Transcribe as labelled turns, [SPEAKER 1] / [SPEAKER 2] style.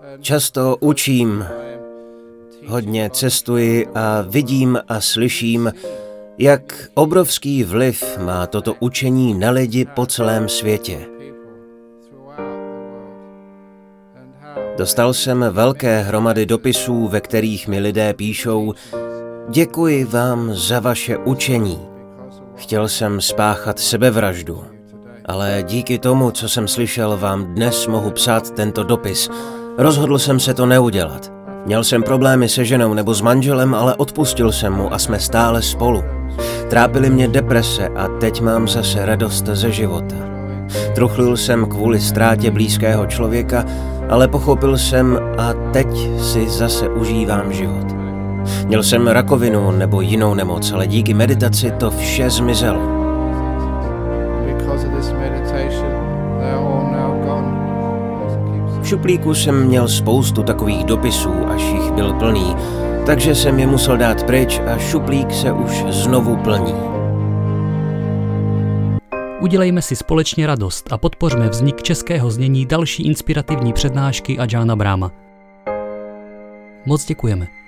[SPEAKER 1] Často učím, hodně cestuji a vidím a slyším, jak obrovský vliv má toto učení na lidi po celém světě. Dostal jsem velké hromady dopisů, ve kterých mi lidé píšou: děkuji vám za vaše učení. Chtěl jsem spáchat sebevraždu, ale díky tomu, co jsem slyšel, vám dnes mohu psát tento dopis. Rozhodl jsem se to neudělat. Měl jsem problémy se ženou nebo s manželem, ale odpustil jsem mu a jsme stále spolu. Trápily mě deprese a teď mám zase radost ze života. Truchlil jsem kvůli ztrátě blízkého člověka, ale pochopil jsem a teď si zase užívám život. Měl jsem rakovinu nebo jinou nemoc, ale díky meditaci to vše zmizelo. V šuplíku jsem měl spoustu takových dopisů, až jich byl plný, takže jsem je musel dát pryč a šuplík se už znovu plní.
[SPEAKER 2] Udělejme si společně radost a podpořme vznik českého znění další inspirativní přednášky Ajahna Brahma. Moc děkujeme.